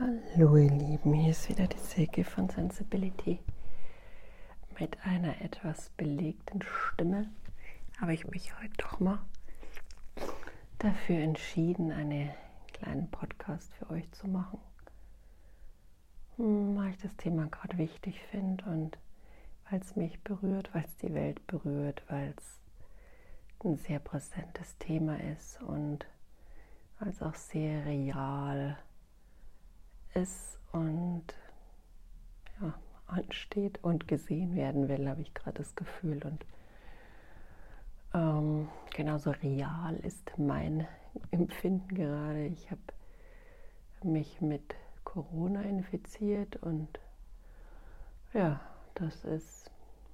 Hallo ihr Lieben, hier ist wieder die Silke von Sensibility mit einer etwas belegten Stimme. Habe ich mich heute doch mal dafür entschieden, einen kleinen Podcast für euch zu machen, weil ich das Thema gerade wichtig finde und weil es mich berührt, weil es die Welt berührt, weil es ein sehr präsentes Thema ist und weil es auch sehr real ist und ja, ansteht und gesehen werden will, habe ich gerade das Gefühl. Und genauso real ist mein Empfinden gerade. Ich habe mich mit Corona infiziert und ja, das ist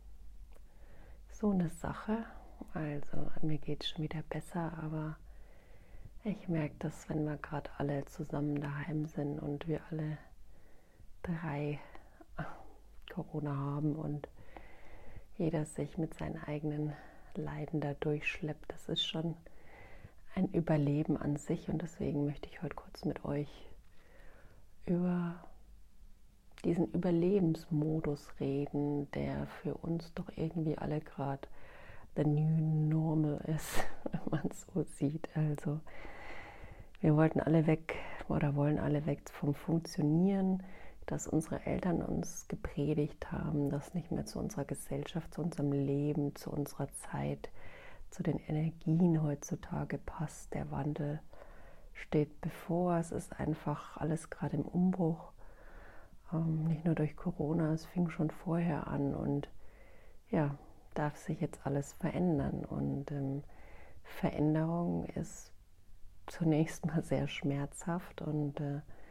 so eine Sache. Also mir geht es schon wieder besser, aber ich merke, dass wenn wir gerade alle zusammen daheim sind und wir alle drei Corona haben und jeder sich mit seinen eigenen Leiden da durchschleppt, das ist schon ein Überleben an sich und deswegen möchte ich heute kurz mit euch über diesen Überlebensmodus reden, der für uns doch irgendwie alle gerade the new normal ist, wenn man es so sieht. Also wir wollten alle weg oder wollen alle weg vom Funktionieren, dass unsere Eltern uns gepredigt haben, das nicht mehr zu unserer Gesellschaft, zu unserem Leben, zu unserer Zeit, zu den Energien heutzutage passt. Der Wandel steht bevor. Es ist einfach alles gerade im Umbruch. Nicht nur durch Corona, es fing schon vorher an und ja, darf sich jetzt alles verändern. Und Veränderung ist zunächst mal sehr schmerzhaft und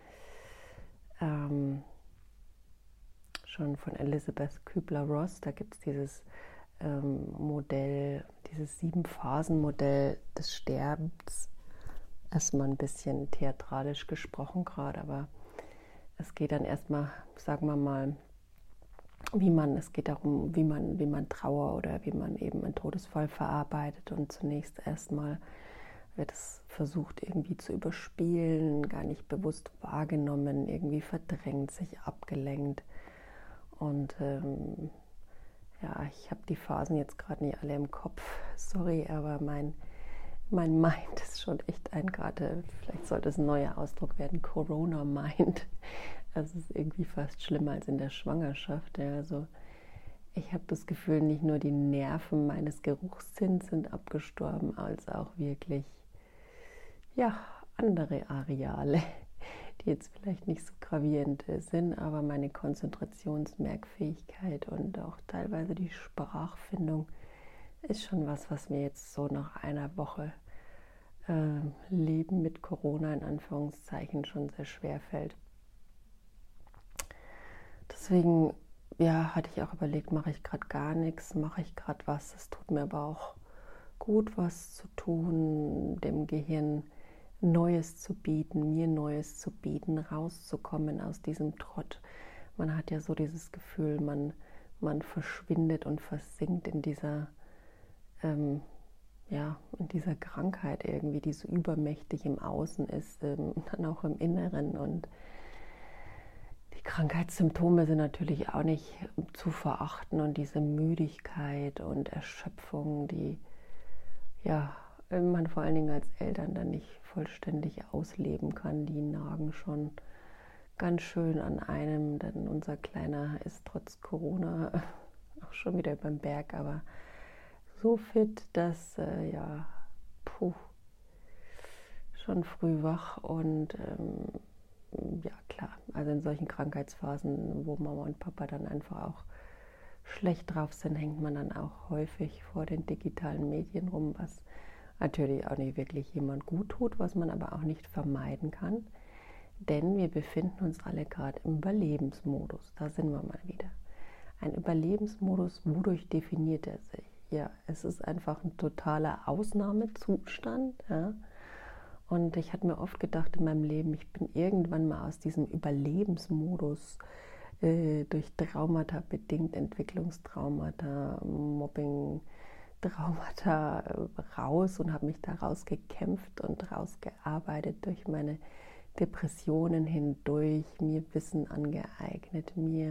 schon von Elizabeth Kübler-Ross, da gibt es dieses Modell, dieses 7-Phasen-Modell des Sterbens. Erstmal ein bisschen theatralisch gesprochen gerade, aber es geht dann erstmal, sagen wir mal, es geht darum, wie man Trauer oder wie man eben einen Todesfall verarbeitet und zunächst erstmal wird es versucht irgendwie zu überspielen, gar nicht bewusst wahrgenommen, irgendwie verdrängt, sich abgelenkt und ja, ich habe die Phasen jetzt gerade nicht alle im Kopf, sorry, aber mein Mind ist schon echt gerade, vielleicht sollte es ein neuer Ausdruck werden, Corona-Mind. Das ist irgendwie fast schlimmer als in der Schwangerschaft. Ja. Also ich habe das Gefühl, nicht nur die Nerven meines Geruchssinns sind abgestorben, als auch wirklich ja, andere Areale, die jetzt vielleicht nicht so gravierend sind, aber meine Konzentrationsmerkfähigkeit und auch teilweise die Sprachfindung ist schon was mir jetzt so nach einer Woche Leben mit Corona in Anführungszeichen schon sehr schwer fällt. Deswegen ja, hatte ich auch überlegt, mache ich gerade gar nichts, mache ich gerade was. Es tut mir aber auch gut, was zu tun, dem Gehirn Neues zu bieten, mir Neues zu bieten, rauszukommen aus diesem Trott. Man hat ja so dieses Gefühl, man verschwindet und versinkt in dieser in dieser Krankheit irgendwie, die so übermächtig im Außen ist, dann auch im Inneren. Und die Krankheitssymptome sind natürlich auch nicht zu verachten und diese Müdigkeit und Erschöpfung, die ja man vor allen Dingen als Eltern dann nicht vollständig ausleben kann, die nagen schon ganz schön an einem, denn unser Kleiner ist trotz Corona auch schon wieder über den Berg, aber so fit, dass schon früh wach und ja klar, also in solchen Krankheitsphasen, wo Mama und Papa dann einfach auch schlecht drauf sind, hängt man dann auch häufig vor den digitalen Medien rum, was natürlich auch nicht wirklich jemand gut tut, was man aber auch nicht vermeiden kann, denn wir befinden uns alle gerade im Überlebensmodus, da sind wir mal wieder. Ein Überlebensmodus, wodurch definiert er sich? Ja, es ist einfach ein totaler Ausnahmezustand. Ja. Und ich hatte mir oft gedacht in meinem Leben, ich bin irgendwann mal aus diesem Überlebensmodus durch Traumata bedingt, Entwicklungstraumata, Mobbing, Traumata raus und habe mich da rausgekämpft und rausgearbeitet durch meine Depressionen hindurch, mir Wissen angeeignet, mir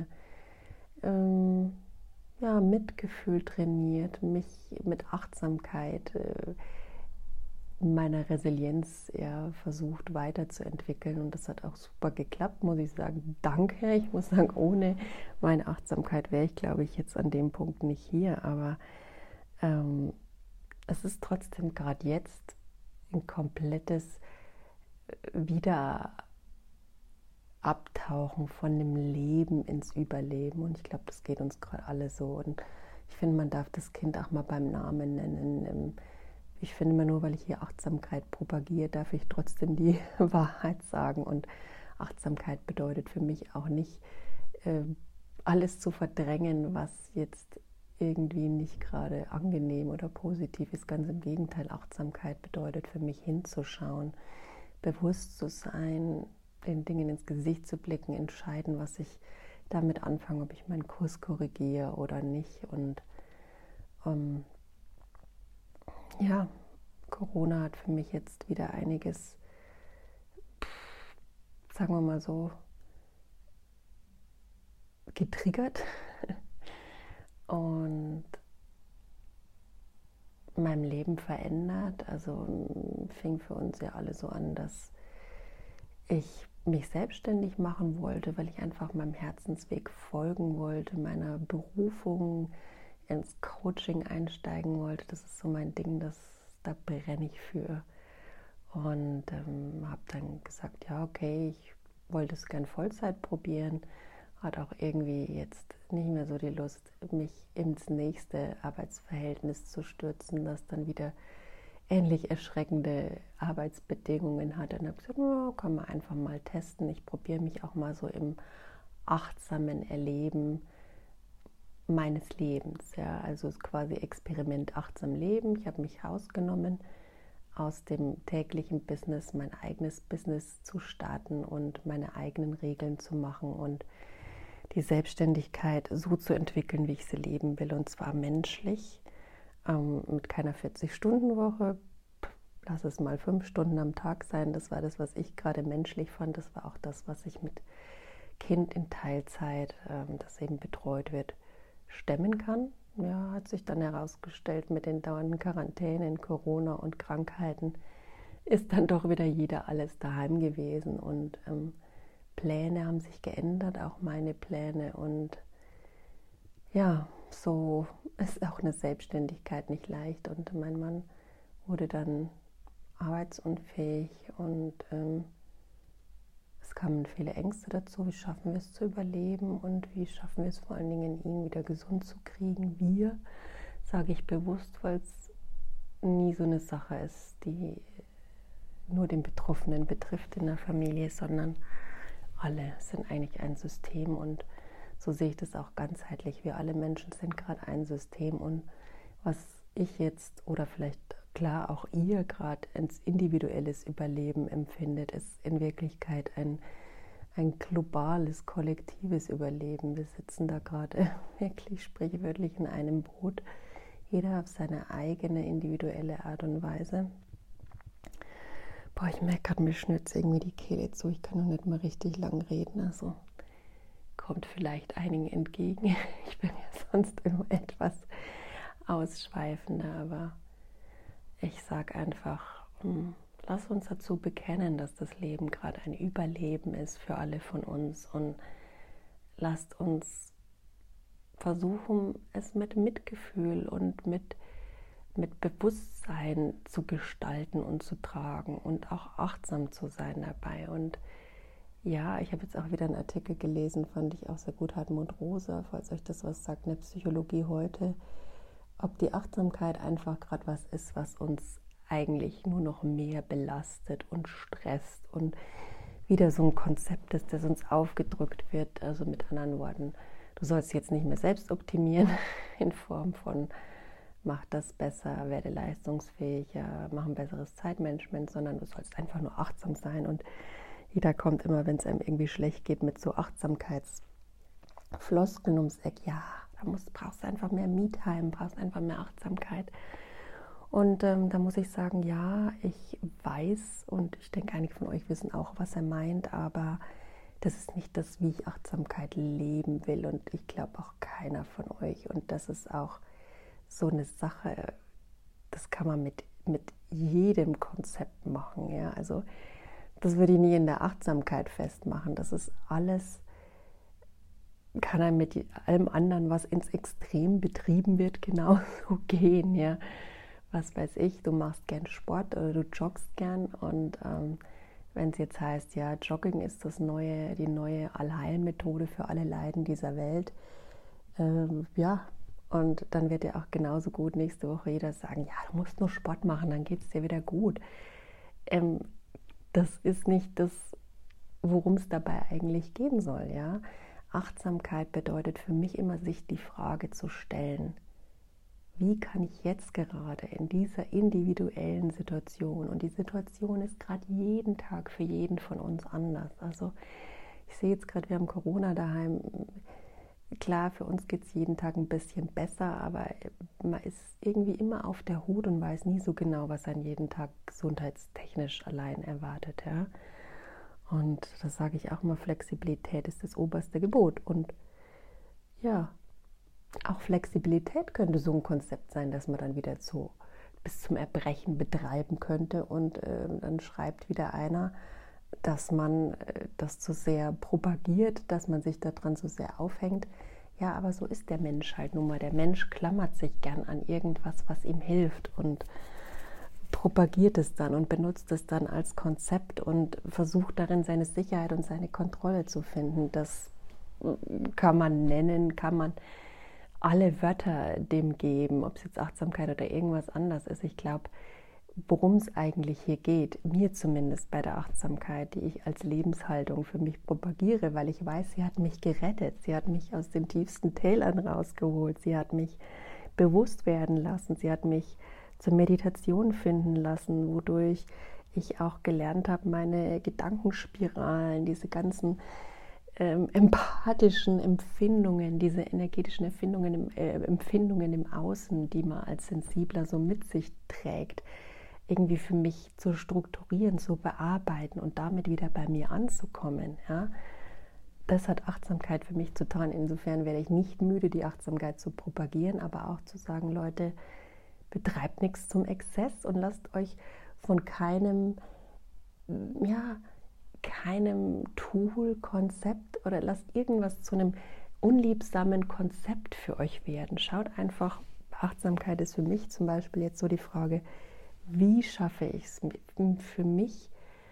Mitgefühl trainiert, mich mit Achtsamkeit, meiner Resilienz versucht weiterzuentwickeln, und das hat auch super geklappt, muss ich sagen. Danke, ich muss sagen, ohne meine Achtsamkeit wäre ich, glaube ich, jetzt an dem Punkt nicht hier, aber es ist trotzdem gerade jetzt ein komplettes Abtauchen von dem Leben ins Überleben, und ich glaube, das geht uns gerade alle so, und ich finde, man darf das Kind auch mal beim Namen nennen. Ich finde immer, nur weil ich hier Achtsamkeit propagiere, darf ich trotzdem die Wahrheit sagen, und Achtsamkeit bedeutet für mich auch nicht, alles zu verdrängen, was jetzt irgendwie nicht gerade angenehm oder positiv ist. Ganz im Gegenteil, Achtsamkeit bedeutet für mich hinzuschauen, bewusst zu sein, den Dingen ins Gesicht zu blicken, entscheiden, was ich damit anfange, ob ich meinen Kurs korrigiere oder nicht. Und Corona hat für mich jetzt wieder einiges, sagen wir mal so, getriggert und meinem Leben verändert. Also fing für uns ja alle so an, dass ich mich selbstständig machen wollte, weil ich einfach meinem Herzensweg folgen wollte, meiner Berufung ins Coaching einsteigen wollte. Das ist so mein Ding, da brenne ich für. Und habe dann gesagt, ja, okay, ich wollte es gern Vollzeit probieren, hat auch irgendwie jetzt nicht mehr so die Lust, mich ins nächste Arbeitsverhältnis zu stürzen, das dann wieder ähnlich erschreckende Arbeitsbedingungen hat. Und habe gesagt, oh, kann man einfach mal testen. Ich probiere mich auch mal so im achtsamen Erleben meines Lebens. Ja, also quasi Experiment achtsam leben. Ich habe mich rausgenommen, aus dem täglichen Business mein eigenes Business zu starten und meine eigenen Regeln zu machen und die Selbstständigkeit so zu entwickeln, wie ich sie leben will, und zwar menschlich, mit keiner 40-Stunden-Woche. Lass es mal 5 Stunden am Tag sein. Das war das, was ich gerade menschlich fand. Das war auch das, was ich mit Kind in Teilzeit, das eben betreut wird, stemmen kann. Ja, hat sich dann herausgestellt, mit den dauernden Quarantänen, Corona und Krankheiten ist dann doch wieder jeder alles daheim gewesen, und Pläne haben sich geändert, auch meine Pläne, und ja, so ist auch eine Selbstständigkeit nicht leicht, und mein Mann wurde dann arbeitsunfähig, und es kamen viele Ängste dazu, wie schaffen wir es zu überleben und wie schaffen wir es vor allen Dingen, ihn wieder gesund zu kriegen. Wir, sage ich bewusst, weil es nie so eine Sache ist, die nur den Betroffenen betrifft in der Familie, sondern alle sind eigentlich ein System, und so sehe ich das auch ganzheitlich. Wir alle Menschen sind gerade ein System, und was ich jetzt oder vielleicht klar auch ihr gerade ins individuelles Überleben empfindet, ist in Wirklichkeit ein globales, kollektives Überleben. Wir sitzen da gerade wirklich sprichwörtlich in einem Boot, jeder auf seine eigene individuelle Art und Weise. Boah, ich merke gerade, mir schnürt irgendwie die Kehle zu. Ich kann noch nicht mal richtig lang reden, also kommt vielleicht einigen entgegen. Ich bin ja sonst immer etwas ausschweifender, aber ich sage einfach, lass uns dazu bekennen, dass das Leben gerade ein Überleben ist für alle von uns, und lasst uns versuchen, es mit Mitgefühl und mit Bewusstsein zu gestalten und zu tragen und auch achtsam zu sein dabei. Und ja, ich habe jetzt auch wieder einen Artikel gelesen, fand ich auch sehr gut, Hartmut Rosa, falls euch das was sagt, eine Psychologie heute, ob die Achtsamkeit einfach gerade was ist, was uns eigentlich nur noch mehr belastet und stresst und wieder so ein Konzept ist, das uns aufgedrückt wird. Also mit anderen Worten, du sollst jetzt nicht mehr selbst optimieren in Form von mach das besser, werde leistungsfähiger, mach ein besseres Zeitmanagement, sondern du sollst einfach nur achtsam sein. Und jeder kommt immer, wenn es einem irgendwie schlecht geht, mit so Achtsamkeitsfloskeln ums Eck. Ja, brauchst du einfach mehr Me-Time, brauchst einfach mehr Achtsamkeit. Und da muss ich sagen, ja, ich weiß und ich denke, einige von euch wissen auch, was er meint, aber das ist nicht das, wie ich Achtsamkeit leben will und ich glaube auch keiner von euch. Und das ist auch so eine Sache, das kann man mit jedem Konzept machen. Ja? Also das würde ich nie in der Achtsamkeit festmachen. Das ist alles, kann einem mit allem anderen, was ins Extrem betrieben wird, genauso gehen. Ja? Was weiß ich, du machst gern Sport oder du joggst gern und wenn es jetzt heißt, ja, Jogging ist die neue Allheilmethode für alle Leiden dieser Welt, ja, und dann wird ja auch genauso gut nächste Woche jeder sagen, ja, du musst nur Sport machen, dann geht es dir wieder gut. Das ist nicht das, worum es dabei eigentlich gehen soll, ja. Achtsamkeit bedeutet für mich immer, sich die Frage zu stellen, wie kann ich jetzt gerade in dieser individuellen Situation, und die Situation ist gerade jeden Tag für jeden von uns anders. Also ich sehe jetzt gerade, wir haben Corona daheim. Klar, für uns geht es jeden Tag ein bisschen besser, aber man ist irgendwie immer auf der Hut und weiß nie so genau, was einen jeden Tag gesundheitstechnisch allein erwartet. Ja? Und das sage ich auch immer, Flexibilität ist das oberste Gebot. Und ja, auch Flexibilität könnte so ein Konzept sein, dass man dann wieder so bis zum Erbrechen betreiben könnte und dann schreibt wieder einer, dass man das zu sehr propagiert, dass man sich daran so sehr aufhängt. Ja, aber so ist der Mensch halt nun mal. Der Mensch klammert sich gern an irgendwas, was ihm hilft und propagiert es dann und benutzt es dann als Konzept und versucht darin seine Sicherheit und seine Kontrolle zu finden. Das kann man nennen, kann man alle Wörter dem geben, ob es jetzt Achtsamkeit oder irgendwas anderes ist. Ich glaube, worum es eigentlich hier geht, mir zumindest bei der Achtsamkeit, die ich als Lebenshaltung für mich propagiere, weil ich weiß, sie hat mich gerettet, sie hat mich aus den tiefsten Tälern rausgeholt, sie hat mich bewusst werden lassen, sie hat mich zur Meditation finden lassen, wodurch ich auch gelernt habe, meine Gedankenspiralen, diese ganzen empathischen Empfindungen, diese energetischen Empfindungen im Außen, die man als Sensibler so mit sich trägt, irgendwie für mich zu strukturieren, zu bearbeiten und damit wieder bei mir anzukommen. Ja? Das hat Achtsamkeit für mich zu tun. Insofern werde ich nicht müde, die Achtsamkeit zu propagieren, aber auch zu sagen, Leute, betreibt nichts zum Exzess und lasst euch von keinem Tool, Konzept oder lasst irgendwas zu einem unliebsamen Konzept für euch werden. Schaut einfach, Achtsamkeit ist für mich zum Beispiel jetzt so die Frage, wie schaffe ich es für mich,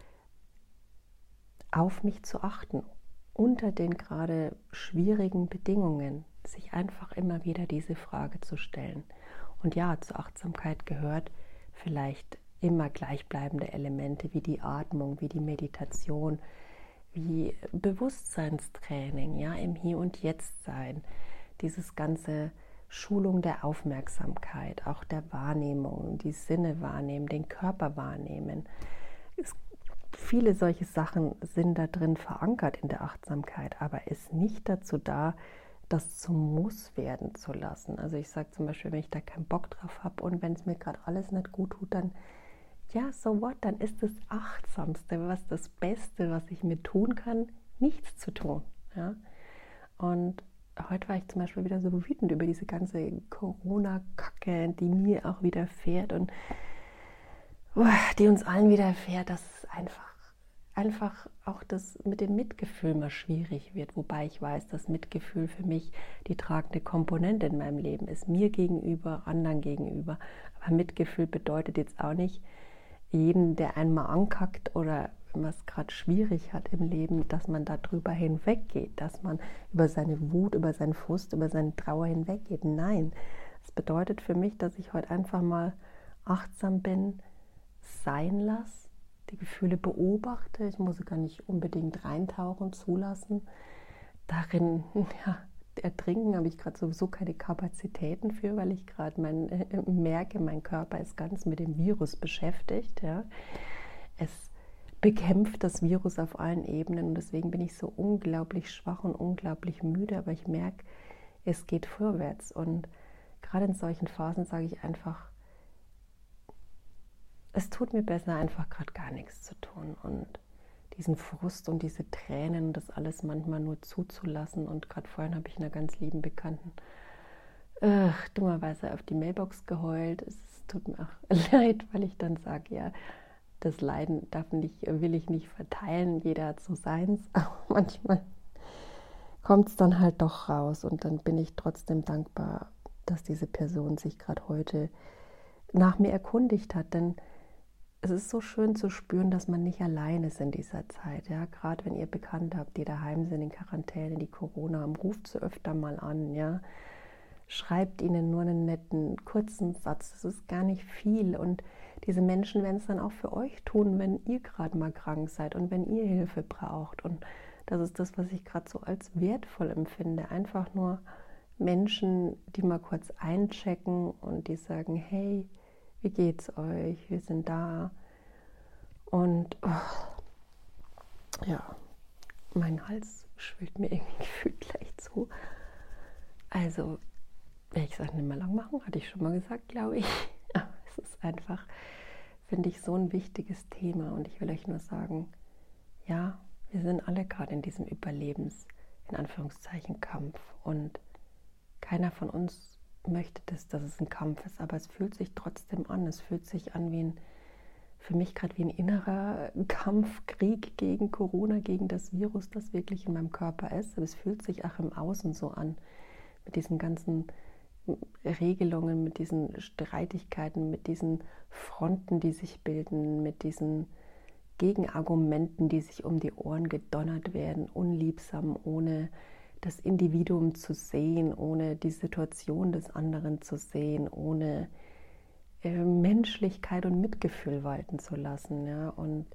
auf mich zu achten, unter den gerade schwierigen Bedingungen, sich einfach immer wieder diese Frage zu stellen. Und ja, zur Achtsamkeit gehört vielleicht immer gleichbleibende Elemente wie die Atmung, wie die Meditation, wie Bewusstseinstraining, ja, im Hier und Jetzt sein, dieses ganze Schulung der Aufmerksamkeit, auch der Wahrnehmung, die Sinne wahrnehmen, den Körper wahrnehmen. Viele solche Sachen sind da drin verankert in der Achtsamkeit, aber ist nicht dazu da, das zum Muss werden zu lassen. Also ich sage zum Beispiel, wenn ich da keinen Bock drauf habe und wenn es mir gerade alles nicht gut tut, dann ja, so what, dann ist das Achtsamste, was das Beste, was ich mir tun kann, nichts zu tun. Ja? Und heute war ich zum Beispiel wieder so wütend über diese ganze Corona-Kacke, die mir auch widerfährt und die uns allen widerfährt, dass es einfach auch das mit dem Mitgefühl mal schwierig wird, wobei ich weiß, dass Mitgefühl für mich die tragende Komponente in meinem Leben ist, mir gegenüber, anderen gegenüber. Aber Mitgefühl bedeutet jetzt auch nicht, jeden, der einmal ankackt oder wenn man es gerade schwierig hat im Leben, dass man darüber hinweggeht, dass man über seine Wut, über seinen Frust, über seine Trauer hinweggeht. Nein, es bedeutet für mich, dass ich heute einfach mal achtsam bin, sein lasse, die Gefühle beobachte. Ich muss gar nicht unbedingt reintauchen, zulassen. Darin ertrinken habe ich gerade sowieso keine Kapazitäten für, weil ich gerade merke, mein Körper ist ganz mit dem Virus beschäftigt. Ja. Es bekämpft das Virus auf allen Ebenen und deswegen bin ich so unglaublich schwach und unglaublich müde, aber ich merke, es geht vorwärts und gerade in solchen Phasen sage ich einfach, es tut mir besser, einfach gerade gar nichts zu tun und diesen Frust und diese Tränen, das alles manchmal nur zuzulassen. Und gerade vorhin habe ich einer ganz lieben Bekannten dummerweise auf die Mailbox geheult. Es tut mir auch leid, weil ich dann sage, ja, das Leiden will ich nicht verteilen, jeder hat so seins, aber manchmal kommt es dann halt doch raus und dann bin ich trotzdem dankbar, dass diese Person sich gerade heute nach mir erkundigt hat, denn es ist so schön zu spüren, dass man nicht allein ist in dieser Zeit, ja, gerade wenn ihr Bekannte habt, die daheim sind in Quarantäne, die Corona haben, ruft sie öfter mal an, ja, schreibt ihnen nur einen netten, kurzen Satz, das ist gar nicht viel und diese Menschen werden es dann auch für euch tun, wenn ihr gerade mal krank seid und wenn ihr Hilfe braucht und das ist das, was ich gerade so als wertvoll empfinde, einfach nur Menschen, die mal kurz einchecken und die sagen, hey, wie geht's euch? Wir sind da. Und ja, mein Hals schwillt mir irgendwie gefühlt gleich zu. Also, werde ich es auch nicht mehr lang machen, hatte ich schon mal gesagt, glaube ich. Aber es ist einfach, finde ich, so ein wichtiges Thema. Und ich will euch nur sagen, ja, wir sind alle gerade in diesem Überlebens, in Anführungszeichen, Kampf. Und keiner von uns möchte das, dass es ein Kampf ist, aber es fühlt sich trotzdem an. Es fühlt sich an für mich gerade wie ein innerer Kampfkrieg gegen Corona, gegen das Virus, das wirklich in meinem Körper ist. Aber es fühlt sich auch im Außen so an, mit diesen ganzen Regelungen, mit diesen Streitigkeiten, mit diesen Fronten, die sich bilden, mit diesen Gegenargumenten, die sich um die Ohren gedonnert werden, unliebsam, ohne das Individuum zu sehen, ohne die Situation des anderen zu sehen, ohne Menschlichkeit und Mitgefühl walten zu lassen. Ja? Und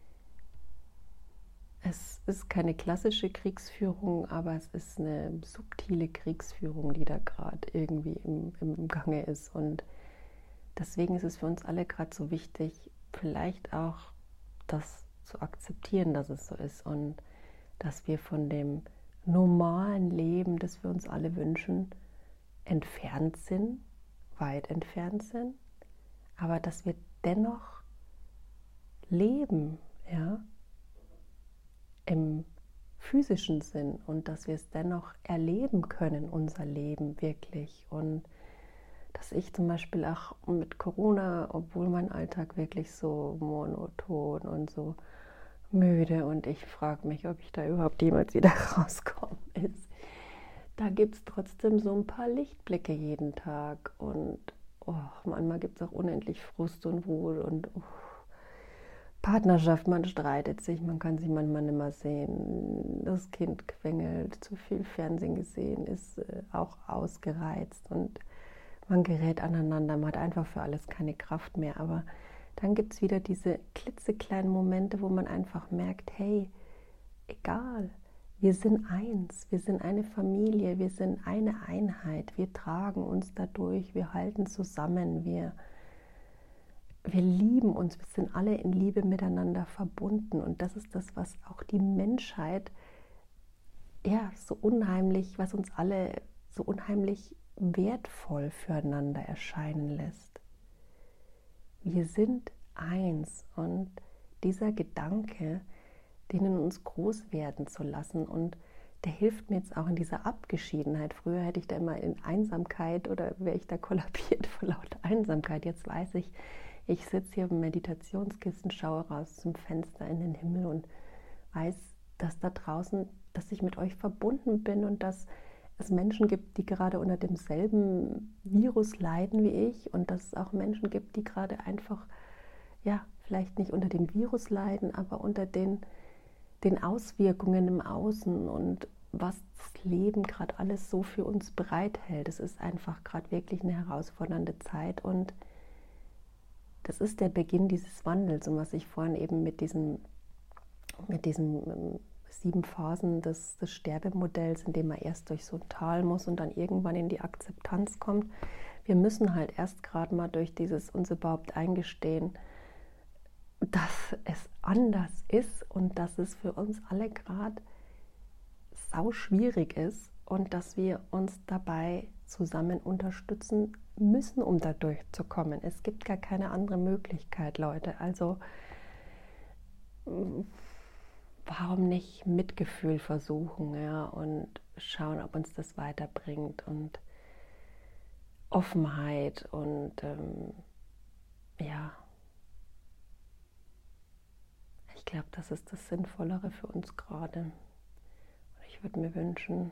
es ist keine klassische Kriegsführung, aber es ist eine subtile Kriegsführung, die da gerade irgendwie im Gange ist. Und deswegen ist es für uns alle gerade so wichtig, vielleicht auch das zu akzeptieren, dass es so ist und dass wir von dem normalen Leben, das wir uns alle wünschen, entfernt sind, weit entfernt sind, aber dass wir dennoch leben, ja, im physischen Sinn und dass wir es dennoch erleben können, unser Leben wirklich. Und dass ich zum Beispiel auch mit Corona, obwohl mein Alltag wirklich so monoton und so müde und ich frage mich, ob ich da überhaupt jemals wieder rauskomme, ist. Da gibt es trotzdem so ein paar Lichtblicke jeden Tag und manchmal gibt es auch unendlich Frust und Wut und Partnerschaft, man streitet sich, man kann sich manchmal nicht mehr sehen, das Kind quengelt, zu viel Fernsehen gesehen, ist auch ausgereizt und man gerät aneinander, man hat einfach für alles keine Kraft mehr, aber dann gibt es wieder diese klitzekleinen Momente, wo man einfach merkt, hey, egal, wir sind eins, wir sind eine Familie, wir sind eine Einheit, wir tragen uns dadurch, wir halten zusammen, wir lieben uns, wir sind alle in Liebe miteinander verbunden und das ist das, was auch die Menschheit, ja, so unheimlich, was uns alle so unheimlich wertvoll füreinander erscheinen lässt. Wir sind eins und dieser Gedanke, den in uns groß werden zu lassen und der hilft mir jetzt auch in dieser Abgeschiedenheit. Früher hätte ich da immer in Einsamkeit oder wäre ich da kollabiert vor lauter Einsamkeit. Jetzt weiß ich, ich sitze hier im Meditationskissen, schaue raus zum Fenster in den Himmel und weiß, dass da draußen, dass ich mit euch verbunden bin und dass es Menschen gibt, die gerade unter demselben Virus leiden wie ich und dass es auch Menschen gibt, die gerade einfach, ja, vielleicht nicht unter dem Virus leiden, aber unter den Auswirkungen im Außen und was das Leben gerade alles so für uns bereithält. Es ist einfach gerade wirklich eine herausfordernde Zeit und das ist der Beginn dieses Wandels und was ich vorhin eben mit diesen 7 Phasen des Sterbemodells, in dem man erst durch so ein Tal muss und dann irgendwann in die Akzeptanz kommt. Wir müssen halt erst gerade mal durch uns überhaupt eingestehen, dass es anders ist und dass es für uns alle gerade sau schwierig ist und dass wir uns dabei zusammen unterstützen müssen, um da durchzukommen. Es gibt gar keine andere Möglichkeit, Leute. Also warum nicht Mitgefühl versuchen, ja, und schauen, ob uns das weiterbringt und Offenheit und ja, ich glaube, das ist das Sinnvollere für uns gerade. Und ich würde mir wünschen,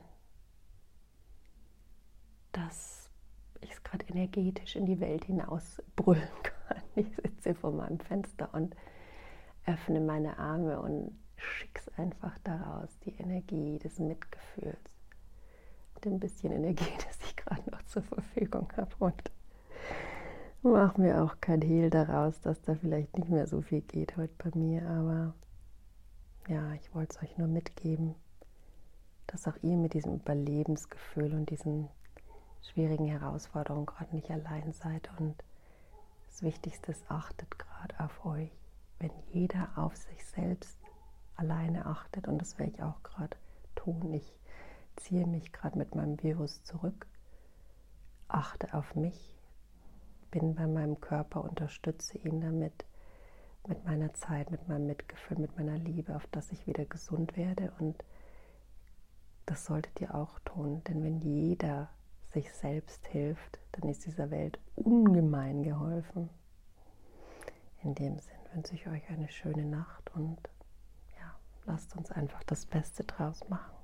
dass ich es gerade energetisch in die Welt hinaus brüllen kann. Ich sitze vor meinem Fenster und öffne meine Arme und schick's einfach daraus, die Energie des Mitgefühls, mit dem bisschen Energie, das ich gerade noch zur Verfügung habe, und mach mir auch kein Hehl daraus, dass da vielleicht nicht mehr so viel geht heute bei mir, aber ja, ich wollte es euch nur mitgeben, dass auch ihr mit diesem Überlebensgefühl und diesen schwierigen Herausforderungen gerade nicht allein seid, und das Wichtigste ist, achtet gerade auf euch. Wenn jeder auf sich selbst alleine achtet, und das werde ich auch gerade tun, ich ziehe mich gerade mit meinem Virus zurück, achte auf mich, bin bei meinem Körper, unterstütze ihn damit, mit meiner Zeit, mit meinem Mitgefühl, mit meiner Liebe, auf dass ich wieder gesund werde, und das solltet ihr auch tun, denn wenn jeder sich selbst hilft, dann ist dieser Welt ungemein geholfen. In dem Sinn wünsche ich euch eine schöne Nacht und ja, lasst uns einfach das Beste draus machen.